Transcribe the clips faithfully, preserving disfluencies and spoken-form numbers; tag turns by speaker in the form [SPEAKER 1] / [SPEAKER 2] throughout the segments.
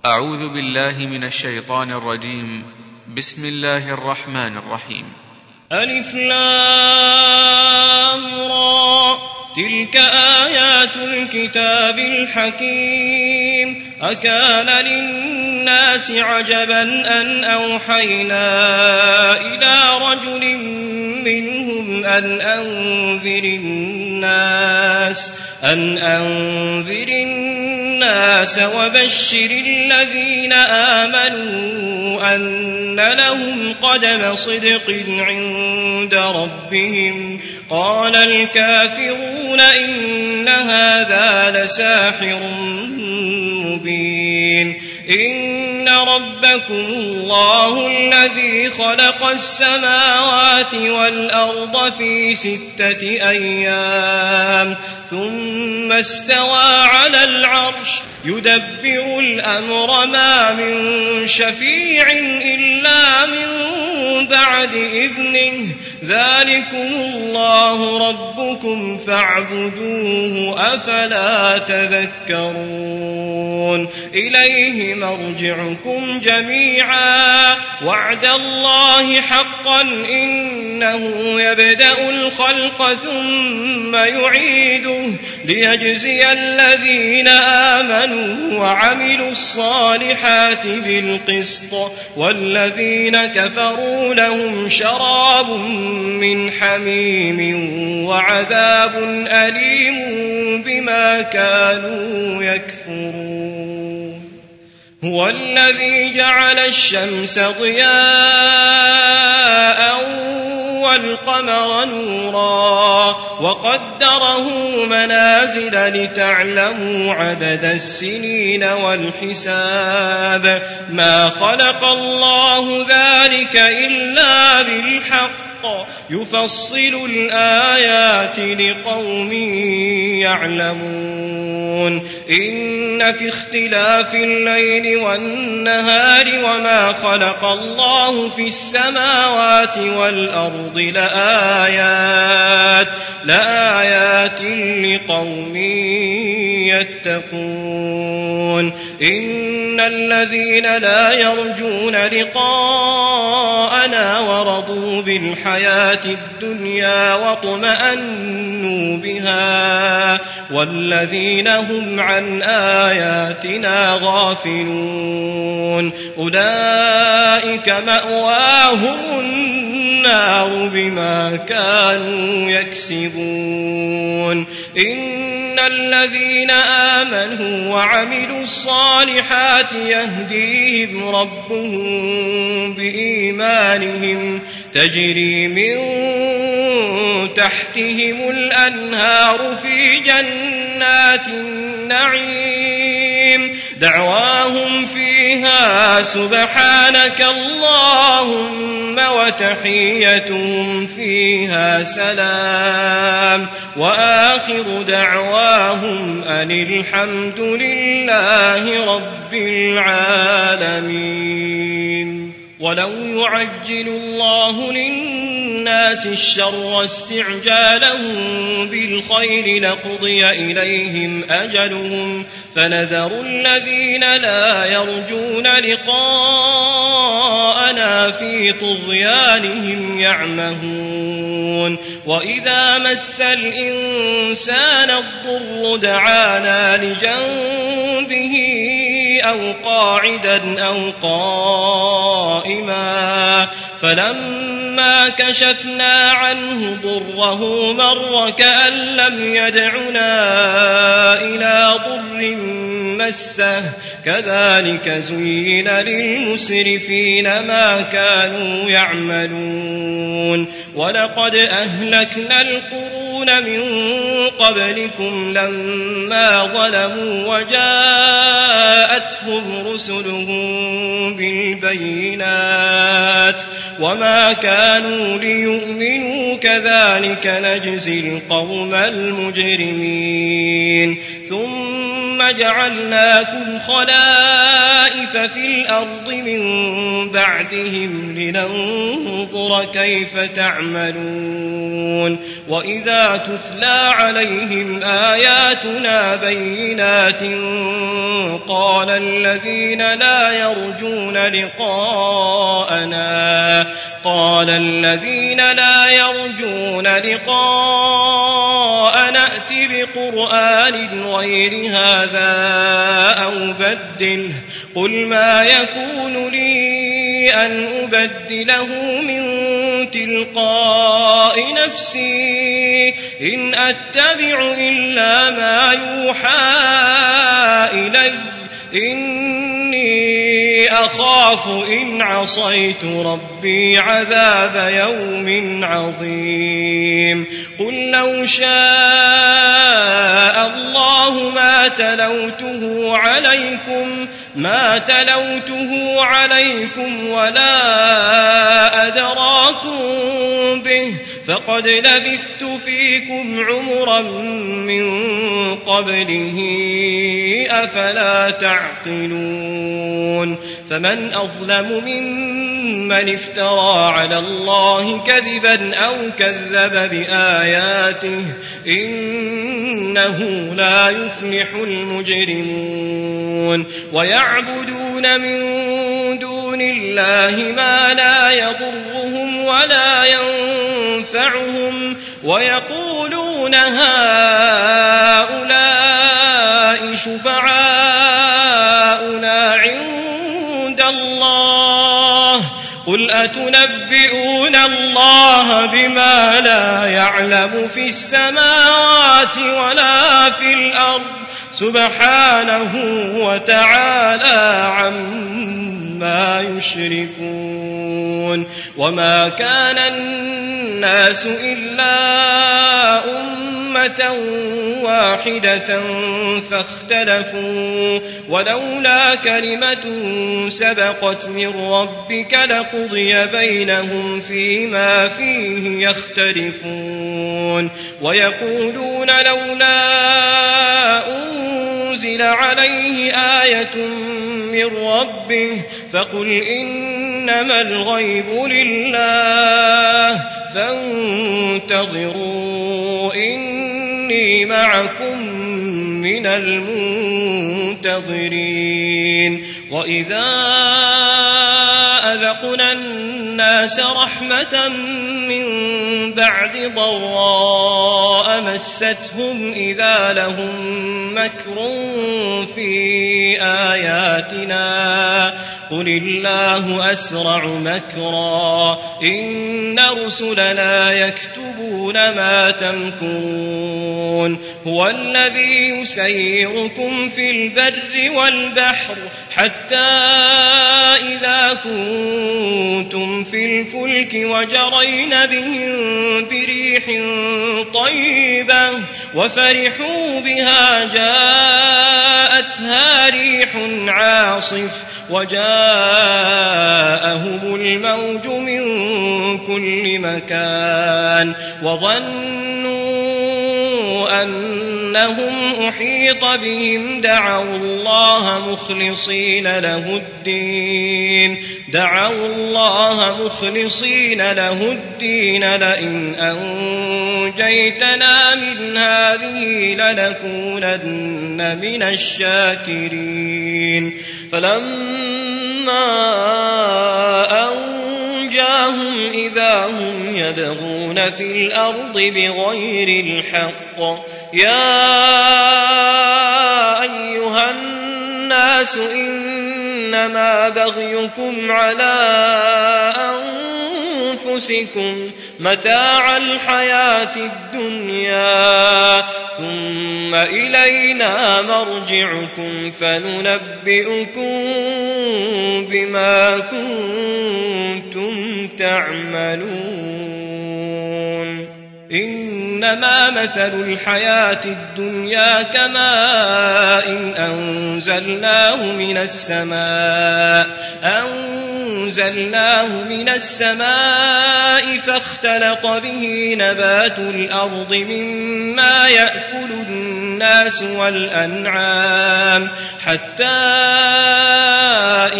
[SPEAKER 1] أعوذ بالله من الشيطان الرجيم. بسم الله الرحمن الرحيم.
[SPEAKER 2] ألف لام را تلك آيات الكتاب الحكيم. أكان للناس عجبا أن أوحينا إلى رجل منهم أن أنذر الناس أن أنذر الناس وبشر الذين آمنوا أن لهم قدم صدق عند ربهم. قال الكافرون إن هذا لساحر مبين. إن ربكم الله الذي خلق السماوات والأرض في ستة أيام ثم استوى على العرش يدبر الأمر ما من شفيع إلا من بعد إذنه. ذلكم الله ربكم فاعبدوه أفلا تذكرون. إليه مرجعكم جميعا وعد الله حقا إنه يبدأ الخلق ثم يعيده ليجزي الذين آمنوا وعملوا الصالحات بالقسط والذين كفروا لهم شراب من حميم وعذاب أليم بما كانوا يكفرون. هو الذي جعل الشمس ضياء والقمر نورا وقدره منازل لتعلموا عدد السنين والحساب. ما خلق الله ذلك إلا بالحق يفصل الآيات لقوم يعلمون. إن في اختلاف الليل والنهار وما خلق الله في السماوات والأرض لآيات لآيات لقوم يتقون. إن الذين لا يرجون لقاءنا ورضوا بالحياة الدنيا واطمأنوا بها والذين هم عن آياتنا غافلون أولئك مأواهم النار بما كانوا يكسبون. إن الذين آمنوا وعملوا الصالحات يهديهم ربهم بإيمانهم تجري من تحتهم الأنهار في جنات النعيم دعواهم فيها سبحانك اللهم وتحيتهم فيها سلام وآخر دعواهم أن الحمد لله رب العالمين. ولو يعجل الله للناس الشر استعجالهم بالخير لقضي إليهم أجلهم فنذر الذين لا يرجون لقاءنا في طغيانهم يعمهون. وإذا مس الإنسان الضر دعانا لجنبه أو قاعدا أو قائما فلما كشفنا عنه ضره مر كأن لم يدعنا إلى ضر مسه كذلك زين للمسرفين ما كانوا يعملون. ولقد أهلكنا القرون من قبلكم لما ظلموا وجاءتهم رسلهم بالبينات وما كانوا ليؤمنوا كذلك نجزي القوم المجرمين. ثم جعلناكم خلائف نستخلف في الأرض من بعدهم لننظر كيف تعملون وإذا تتلى عليهم آياتنا بينات قال الذين لا يرجون لقاءنا قال الذين لا يرجون لقاءنا ائت بقرآن غير هذا أو بدله قل ما يكون لي أن أبدله من تلقاء نفسي إن أتبع إلا ما يوحى إلي إني أخاف إن عصيت ربي عذاب يوم عظيم قل لو شاء الله ما تلوته عليكم ما تلوته عليكم ولا أدراكم به فقد لبثت فيكم عمرا من قبله أفلا تعقلون فمن أظلم ممن افترى على الله كذبا أو كذب بآياته إنه لا يفلح المجرمون ويعبدون من دون الله ما لا يضرهم ولا ينفعهم ويقولون هؤلاء شفعاؤنا عند الله قل أتنبئون الله بما لا يعلم في السماوات ولا في الأرض سبحانه وتعالى عما يشركون وما كان الناس إلا أمة واحدة فاختلفوا ولولا كلمة سبقت من ربك لقضي بينهم فيما فيه يختلفون ويقولون لولا أنزل عليه آية من ربه فقل إنما الغيب لله فانتظروا إني معكم من المنتظرين وإذا أذقنا الناس رحمة من بعد ضراء مستهم إذا لهم مكر في آياتنا قل الله أسرع مكرا إن رسلنا يكتبون ما تمكرون هو الذي يسيركم في البر والبحر حتى إذا كنتم في الفلك وجرين بهم بريح طيبة وفرحوا بها جاءتها ريح عاصف وجاءهم الموج من كل مكان وظنوا أنهم أحيط بهم دعوا الله مخلصين له الدين دعوا الله مخلصين له الدين لئن أنجيتنا من هذه لنكونن من الشاكرين فلما أنجاهم إذا هم يبغون في الأرض بغير الحق يا أيها الناس إنما بغيكم على أنفسكم متاع الحياة الدنيا ثم إلينا مرجعكم فننبئكم بما كنتم تعملون إنما مثل الحياة الدنيا كماء إن أنزلناه من السماء أنزلناه من السماء فاختلط به نبات الأرض مما يأكل الناس والأنعام حتى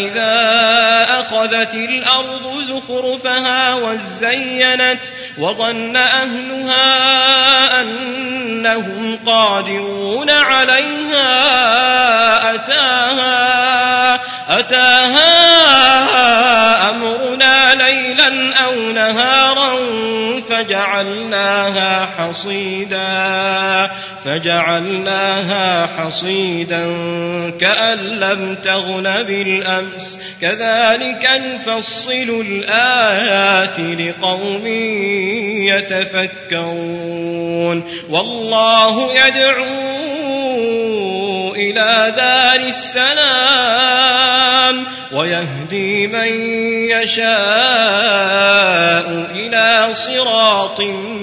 [SPEAKER 2] وأخذت الأرض زخرفها وزينت وظن أهلها أنهم قادرون عليها أتاها, أتاها أمرنا ليلا أو نهارا فجعلناها حصيدا فجعلناها حصيدا كأن لم تغن بالأمس كذلك نفصل الآيات لقوم يتفكرون والله يدعو إلى دار السلام ويهدي من يشاء إلى صراط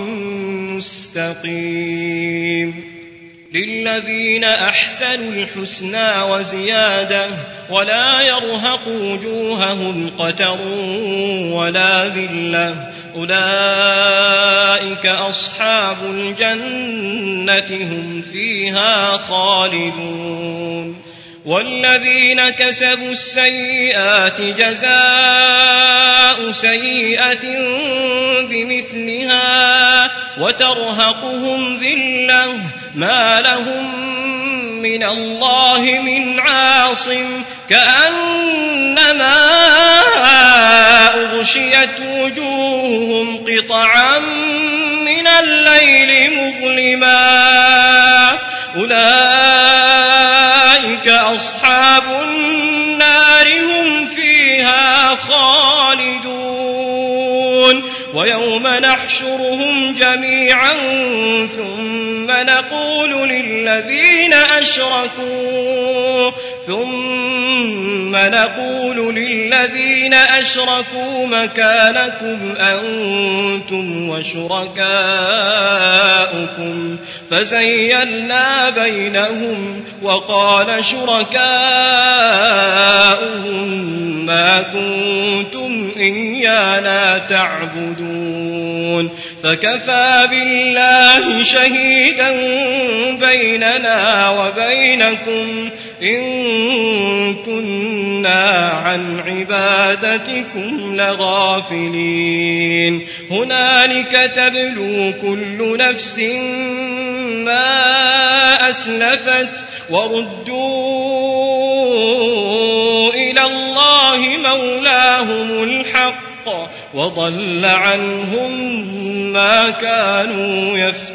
[SPEAKER 2] مستقيم للذين أحسنوا الحسنى وزيادة ولا يرهق وجوههم قتر ولا ذلة أولئك أصحاب الجنة هم فيها خالدون والذين كسبوا السيئات جزاء سيئة بمثلها وترهقهم ذلة ما لهم من الله من عاصم كأنما أغشيت وجوههم قطعا من الليل مظلما أولئك أصحاب النار هم فيها خالدون ويوم نحشرهم جميعا ثم نقول للذين أشركوا ثم نقول للذين أشركوا مكانكم أنتم وشركاؤكم فزيّلنا بينهم وقال شركاؤهم ما كنتم إيانا تعبدون فكفى بالله شهيدا بيننا وبينكم إن كنا عن عبادتكم لغافلين هنالك تبلو كل نفس ما أسلفت وردوا إلى الله مولاهم الحق وضل عنهم ما كانوا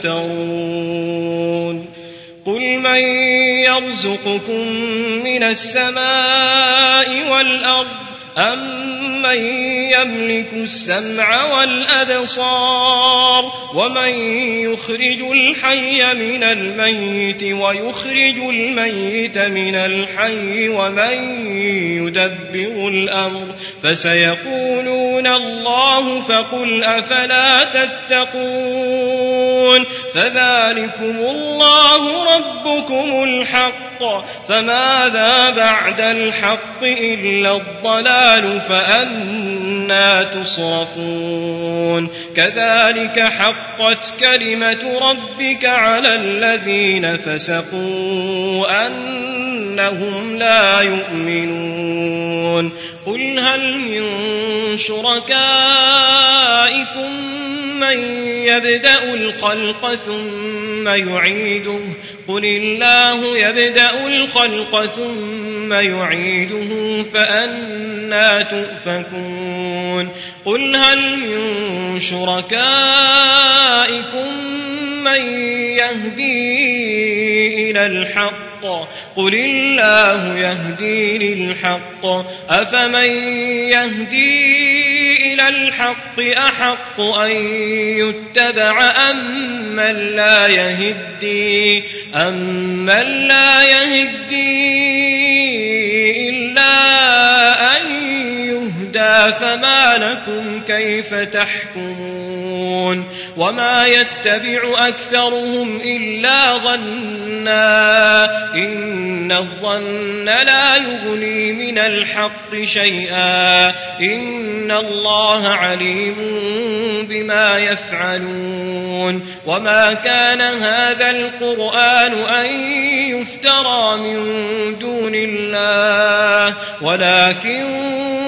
[SPEAKER 2] يفترون قل من يرزقكم من السماء والأرض أم من يملك السمع والأبصار ومن يخرج الحي من الميت ويخرج الميت من الحي ومن يدبر الأمر فسيقولون الله فقل أفلا تتقون فذلكم الله ربكم الحق فماذا بعد الحق إلا الضلال فأنا تصرفون كذلك حقت كلمة ربك على الذين فسقوا أنهم لا يؤمنون قل هل من شركائكم من يبدأ الخلق ثم يعيده قل الله يبدأ الخلق ثم يعيده فأنا تؤفكون قل هل من شركائكم من يهدي إلى الحق قل الله يهدي للحق أفمن يهدي إلى الحق أحق أن يتبع أم من لا يهدي أم من لا يهدي إلا أن يهدى فما لكم كيف تحكمون وما يتبع أكثرهم إلا ظنا إن الظن لا يغني من الحق شيئا إن الله عليم بما يفعلون وما كان هذا القرآن أن يفترى من دون الله ولكن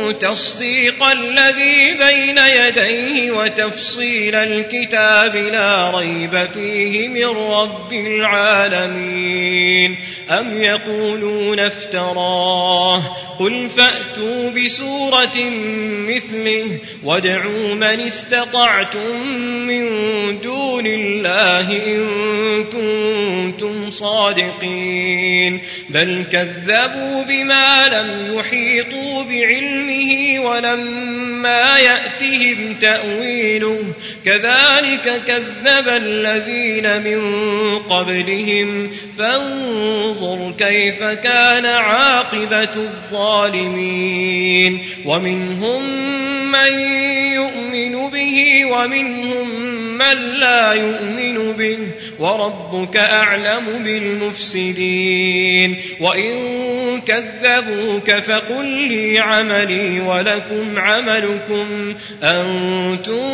[SPEAKER 2] تصديق الذي بين يديه وتفصيل الكتاب لا ريب فيه من رب العالمين. أم يقولون افتراه قل فأتوا بسورة مثله وادعوا من استطعتم من دون الله إن كنتم صادقين. بل كذبوا بما لم يحيطوا بعلمه ولما يأتهم تأويله كذلك كذب الذين من قبلهم فانظر كيف كان عاقبة الظالمين. ومنهم من يؤمن به ومنهم من لا يؤمن به وربك أعلم بالمفسدين. وإن كذبوك فقل لي عملي ولكم عملكم أنتم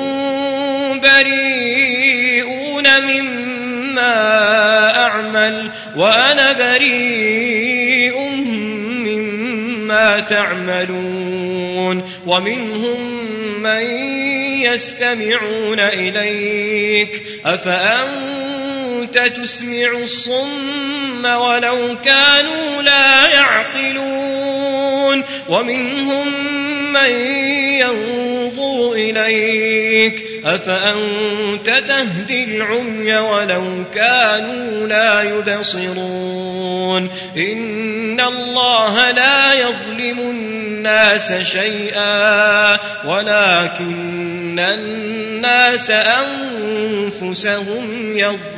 [SPEAKER 2] بريئون مما أعمل وأنا بريء مما تعملون. ومنهم من يستمعون إليك أفأنت تسمع الصم ولو كانوا لا يعقلون. ومنهم من ينظر إليك أفأنت تهدي العمي ولو كانوا لا يبصرون. إن الله لا يظلم الناس شيئا ولكن الناس أنفسهم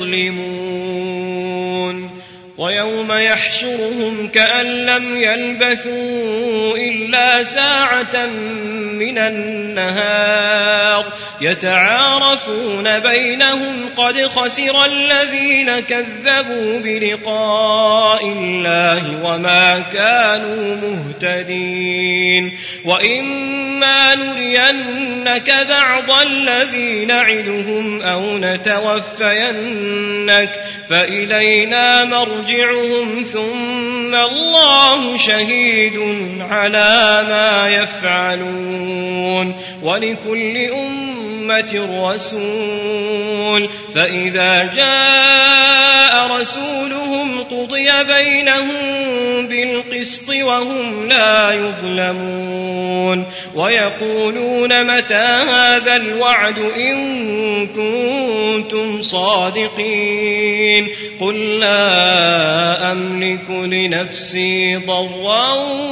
[SPEAKER 2] يظلمون. ويوم يحشرهم كأن لم يلبثوا إلا ساعة من النهار يتعارفون بينهم قد خسر الذين كذبوا بلقاء الله وما كانوا مهتدين. وإما نرينك بعض الذي نعدهم أو نتوفينك فإلينا مرجعهم ثم الله شهيد على ما يفعلون. ولكل أمة رسول فإذا جاء رسولهم قضي بينهم بالقسط وهم لا يظلمون. ويقولون متى هذا الوعد إن كنتم صادقين. قل لا أملك لنفسي ضرا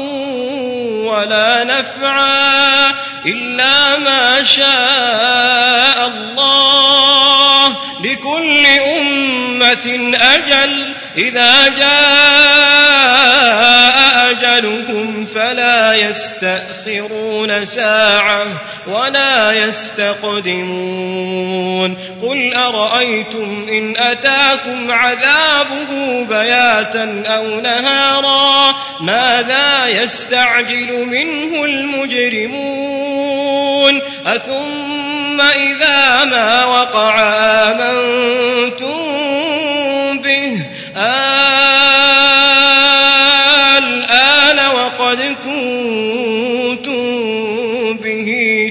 [SPEAKER 2] ولا نفعا إلا ما شاء الله لكل أمة أجل إذا جاء أجلهم فلا يستأخرون ساعة ولا يستقدمون. قل أرأيتم إن أتاكم عذابه بياتا أو نهارا ماذا يستعجل منه المجرمون أثم إذا ما وقع آمنتم به الآن وقد كنتم به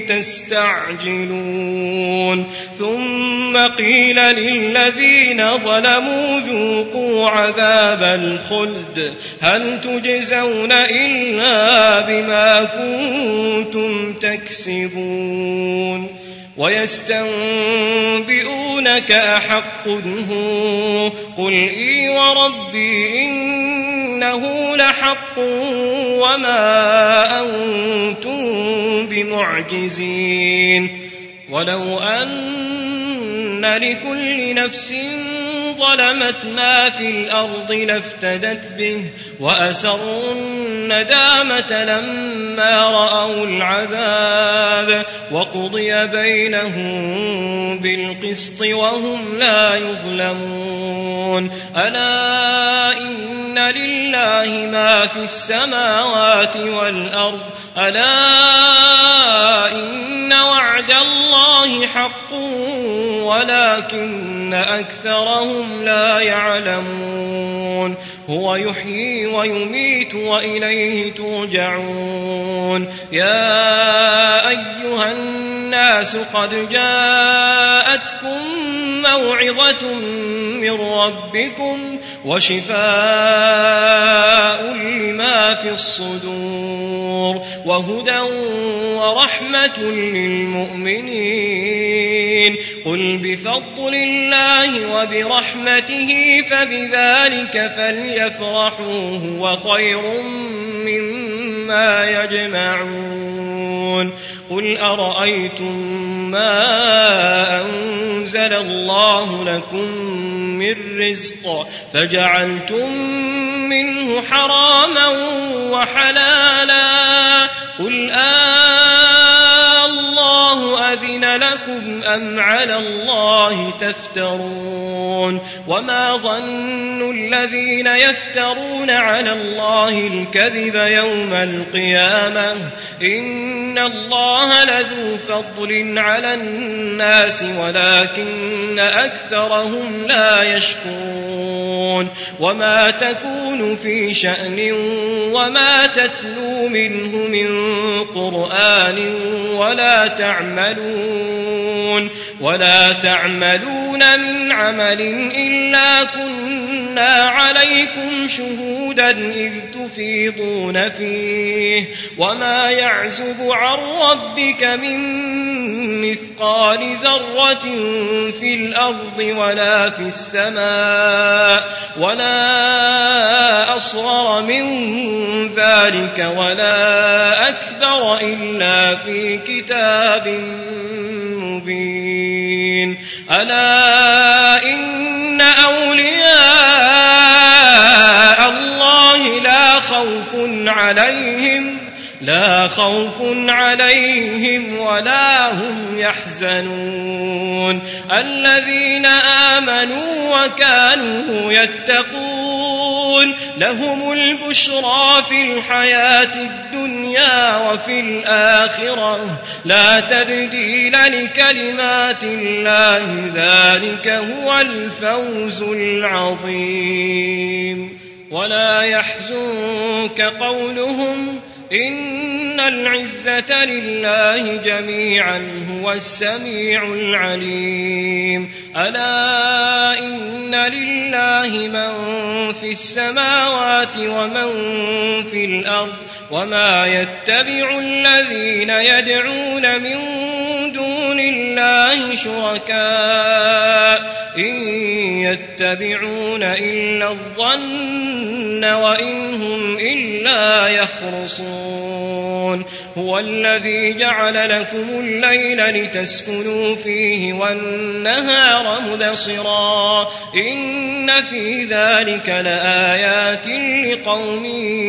[SPEAKER 2] تستعجلون. ثم قيل للذين ظلموا ذوقوا عذاب الخلد هل تجزون إلا بما كنتم تكسبون. ويستنبئونك أحق هو قل إي وربي إنه لحق وما أنتم بمعجزين. ولو أن لكل نفس ظلمت ما في الأرض لافتدت به وأسروا الندامة لما رأوا العذاب وقضي بينهم بالقسط وهم لا يظلمون. ألا إن لله ما في السماوات والأرض ألا إن وعد الله حق ولكن أكثرهم لا يعلمون. هو يحيي ويميت وإليه ترجعون يا أيها الناس قد جاءتكم موعظة من ربكم وشفاء لما في الصدور وهدى ورحمة للمؤمنين قل بفضل الله وبرحمته فبذلك فليفرحوا هو خير مما يجمعون قل أرأيتم ما أنزل الله لكم من رزق فجعلتم منه حراما وحلالا قل آه الله أذن لكم أم على الله تفترون وما ظن الذين يفترون على الله الكذب يوم القيامة إن الله لذو فضل على الناس ولكن أكثرهم لا يشكرون وما تكون في شأن وما تتلو منه من قرآن ولا تعملون ولا تعملون من عمل إلا كنا عليكم شهودا إذ تفيضون فيه وما يعزب عن ربك من مثقال ذرة في الأرض ولا في السماء ولا أصغر من ذلك ولا أكبر إلا في كتاب مبين ألا إن أولياء الله لا خوف عليهم لا خوف عليهم ولا هم يحزنون الذين آمنوا وكانوا يتقون لهم البشرى في الحياة الدنيا وفي الآخرة لا تبديل لكلمات الله ذلك هو الفوز العظيم ولا يحزنك قولهم إن العزة لله جميعا هو السميع العليم ألا إن لله من في السماوات ومن في الأرض وما يتبع الذين يدعون من دون الله شركاء إن يتبعون إلا الظن وإن هم إلا يخرصون هو الذي جعل لكم الليل لتسكنوا فيه والنهار مبصرا إن في ذلك لآيات لقوم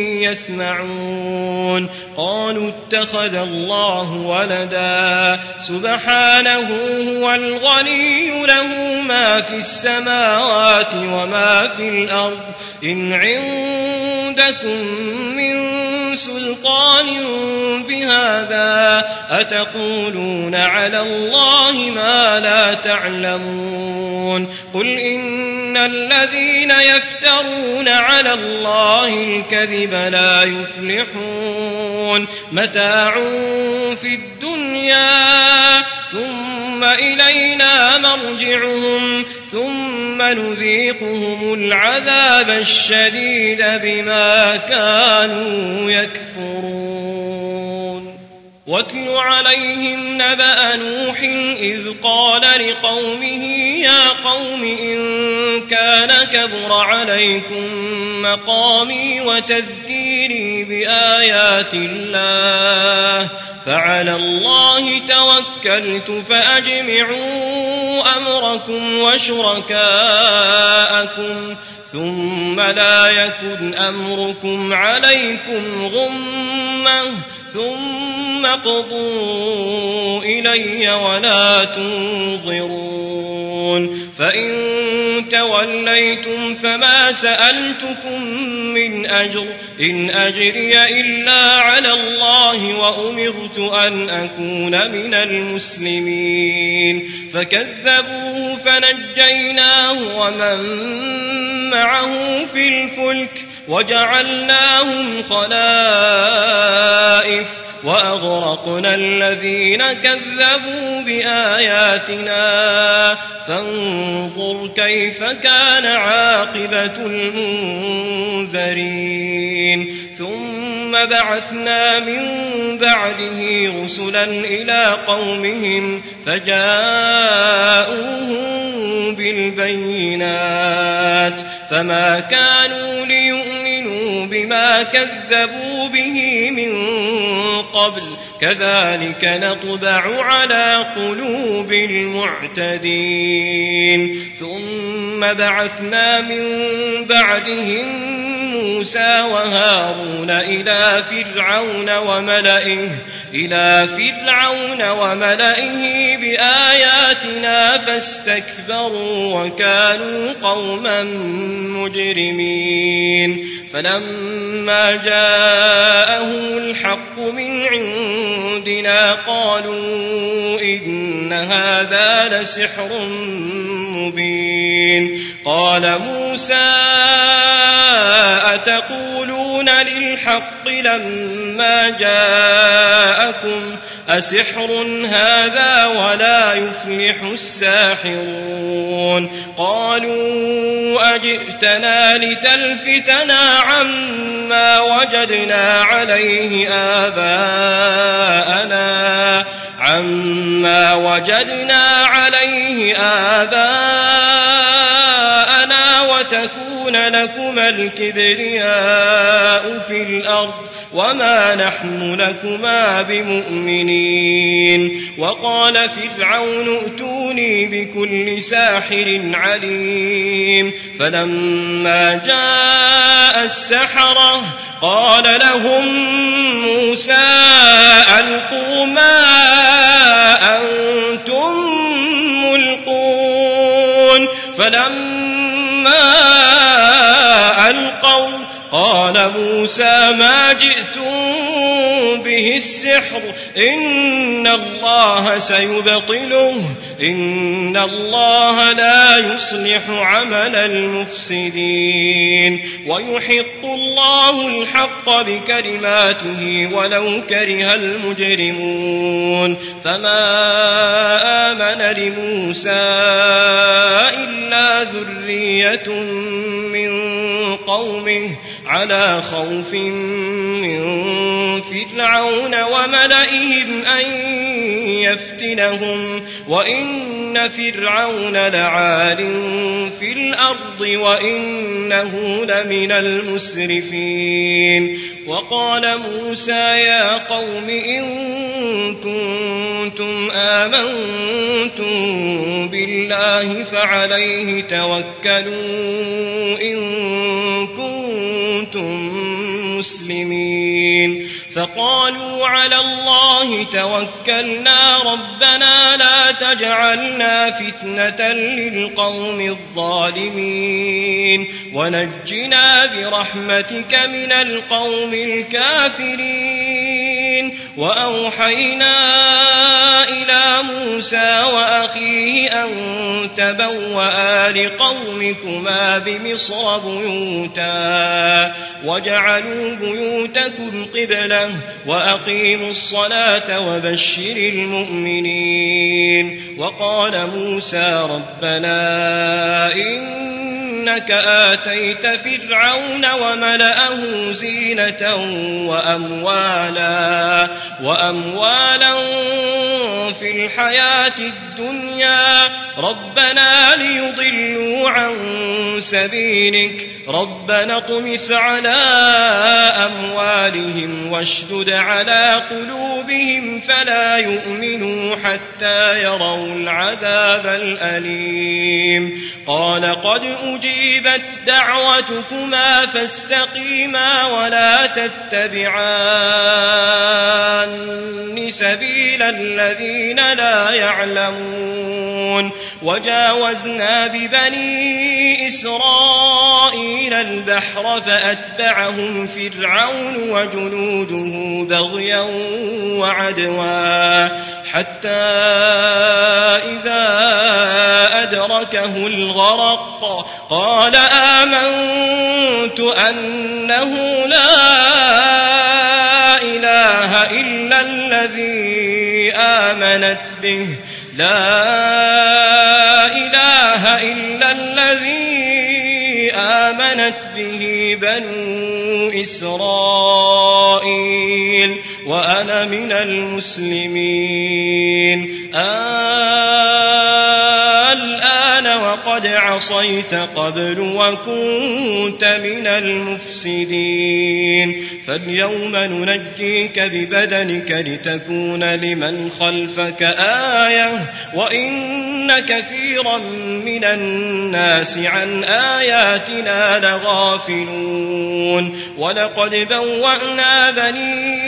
[SPEAKER 2] يسمعون قالوا اتخذ الله ولدا سبحانه هو الغني له ما في السماوات وما في الأرض إن عندكم من سلطان بهذا أتقولون على الله ما لا تعلمون قل إن الذين يفترون على الله الكذب لا يفلحون متاع في الدنيا ثم إلينا مرجعهم ثم نذيقهم العذاب الشديد بما كانوا يكفرون واتل عليهم نبأ نوح إذ قال لقومه يا قوم إن كان كبر عليكم مقامي وتذكيري بآيات الله فعلى الله توكلت فأجمعوا أمركم وشركاءكم ثم لا يكن أمركم عليكم غمة ثم اقضوا إلي ولا تنظرون فإن توليتم فما سألتكم من أجر إن أجري إلا على الله وأمرت وأمرت أن أكون من المسلمين فكذبوه فنجيناه ومن معه في الفلك وجعلناهم خلائف وأغرقنا الذين كذبوا بآياتنا فانظر كيف كان عاقبة المنذرين ثم بعثنا من بعده رسلا إلى قومهم فجاءوهم بالبينات فما كانوا ليؤمنوا بما كذبوا به من قبل كذلك نطبع على قلوب المعتدين ثم بعثنا من بعدهم موسى وهارون إلى فرعون وملئه إلى فرعون وملئه بآياتنا فاستكبروا وكانوا قوما مجرمين فلما جاءهم الحق من عندنا قالوا إن هذا لسحر مبين قال موسى أتقولون للحق لما جاءكم أسحر هذا ولا يفلح الساحرون قالوا أجئتنا لتلفتنا عما وجدنا عليه آباءنا عما وجدنا عليه آباءنا وتكون لكما الكبرياء في الأرض وما نحن لكما بمؤمنين وقال فرعون ائتوني بكل ساحر عليم فلما جاء السحرة قال لهم موسى ألقوا ما أنتم ملقون فلما ألقوا قال موسى ما جئتم به السحر إن الله سيبطله إن الله لا يصلح عمل المفسدين ويحق الله الحق بكلماته ولو كره المجرمون فما آمن لموسى إلا ذرية من قومه على خوف من فرعون وملئهم أن يفتنهم وإن فرعون لعال في الأرض وإنه لمن المسرفين وقال موسى يا قوم إن كنتم آمنتم بالله فعليه توكلوا إن كنتم مسلمين فقالوا على الله توكلنا ربنا لا تجعلنا فتنة للقوم الظالمين ونجنا برحمتك من القوم الكافرين وأوحينا إلى موسى وأخيه أن تبوأ لقومكما بمصر بيوتا وجعلوا بيوتكم قبلة وأقيموا الصلاة وبشر المؤمنين وقال موسى ربنا إنك آتيت فرعون وملأه زينة وأموالا وأموالا في الحياة الدنيا ربنا ليضلوا عن سبيلك ربنا اطمس على أموالهم واشدد على قلوبهم فلا يؤمنوا حتى يروا العذاب الأليم قال قد أجيبت دعوتكما فاستقيما ولا تتبعان سبيل الذين لا يعلمون وجاوزنا ببني إسرائيل البحر فأتبعهم فرعون وجنوده بغيا وعدوا حتى إذا أدركه الغرق قال آمنت أنه لا إله إلا الذي آمنت به لا إله إلا الذي آمنت به بنو إسرائيل وأنا من المسلمين الآن وقد عصيت قبل وكنت من المفسدين فاليوم ننجيك ببدنك لتكون لمن خلفك آية وإن كثيرا من الناس عن آياتنا لغافلون ولقد بوأنا بني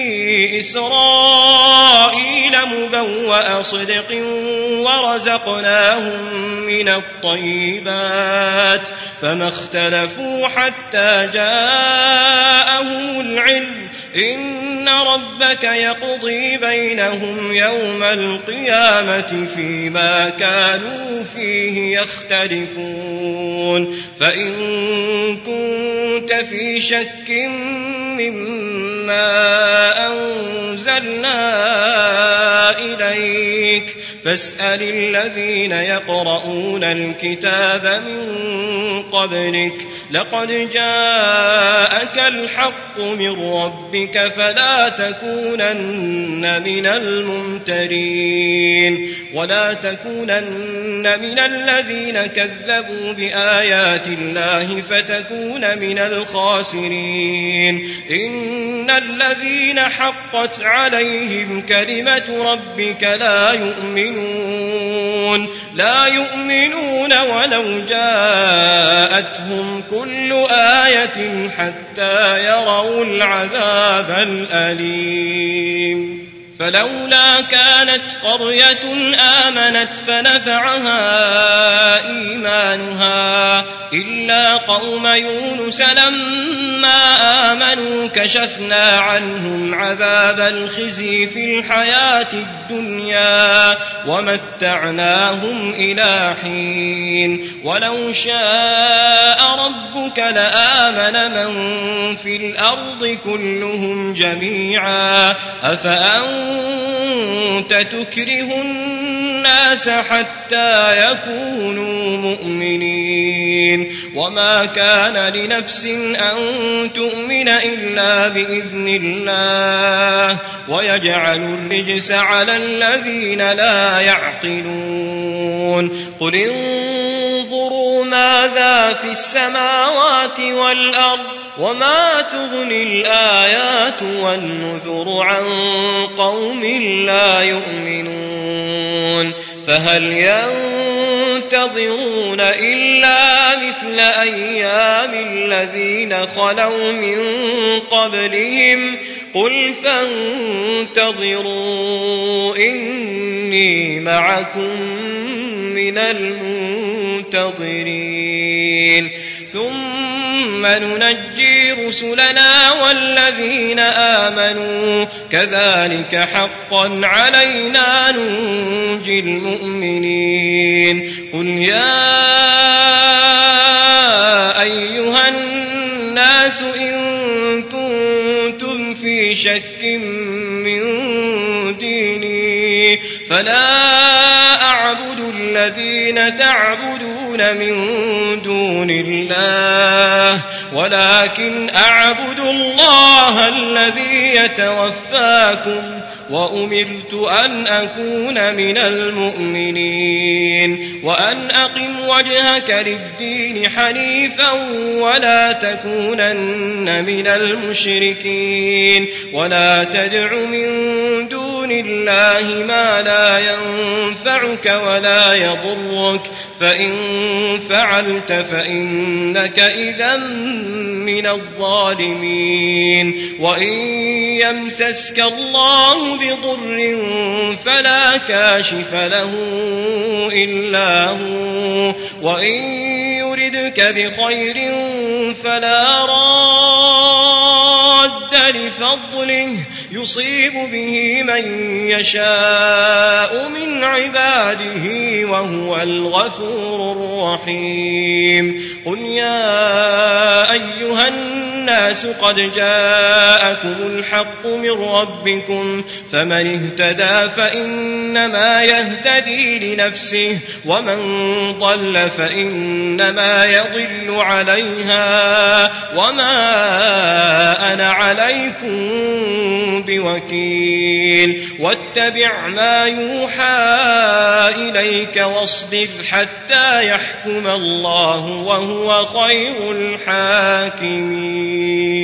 [SPEAKER 2] إسرائيل مبوأ صدق ورزقناهم من الطيبات فما اختلفوا حتى جاءهم العلم إن ربك يقضي بينهم يوم القيامة فيما كانوا فيه يختلفون فإن كنت في شك مما أنزلنا إليك فاسأل الذين يقرؤون الكتاب من قبلك لقد جاءك الحق من ربك فلا تكونن من الممترين ولا تكونن من الذين كذبوا بآيات الله فتكون من الخاسرين إن الذين حقت عليهم كلمة ربك لا يؤمنون لا يؤمنون ولو جاءتهم كل آية حتى يروا العذاب الأليم فلولا كانت قرية آمنت فنفعها إيمانها إلا قوم يونس لما آمنوا كشفنا عنهم عذاب الخزي في الحياة الدنيا ومتعناهم إلى حين ولو شاء ربك لآمن من في الأرض كلهم جميعا أفأنت أنت تكره الناس حتى يكونوا مؤمنين وما كان لنفس أن تؤمن إلا بإذن الله ويجعل الرجس على الذين لا يعقلون قل انظروا ماذا في السماوات والأرض وما تغني الآيات والنذر عن قوم لا يؤمنون فهل ينتظرون إلا مثل أيام الذين خلوا من قبلهم قل فانتظروا إني معكم من المنتظرين ثم ننجي رسلنا والذين آمنوا كذلك حقا علينا ننجي المؤمنين قل يا أيها الناس إن كنتم في شك من ديني فلا أعبد الذين تعبدون من دون الله ولكن أعبد الله الذي يتوفاكم وأمرت أن أكون من المؤمنين وأن أقم وجهك للدين حنيفا ولا تكونن من المشركين ولا تدع من دون الله ما لا ينفعك ولا يضرك فإن فعلت فإنك إذا من الظالمين وإن يمسسك الله بضر فلا كاشف له إلا هو وإن يردك بخير فلا راد فضله يصيب به من يشاء من عباده وهو الغفور الرحيم قل يا أيها الناس قد جاءكم الحق من ربكم فمن اهتدى فإنما يهتدي لنفسه ومن ضل فإنما يضل عليها وما أنا عليكم بوكيل واتبع ما يوحى إليك واصبر حتى يحكم الله وهو خير الحاكمين.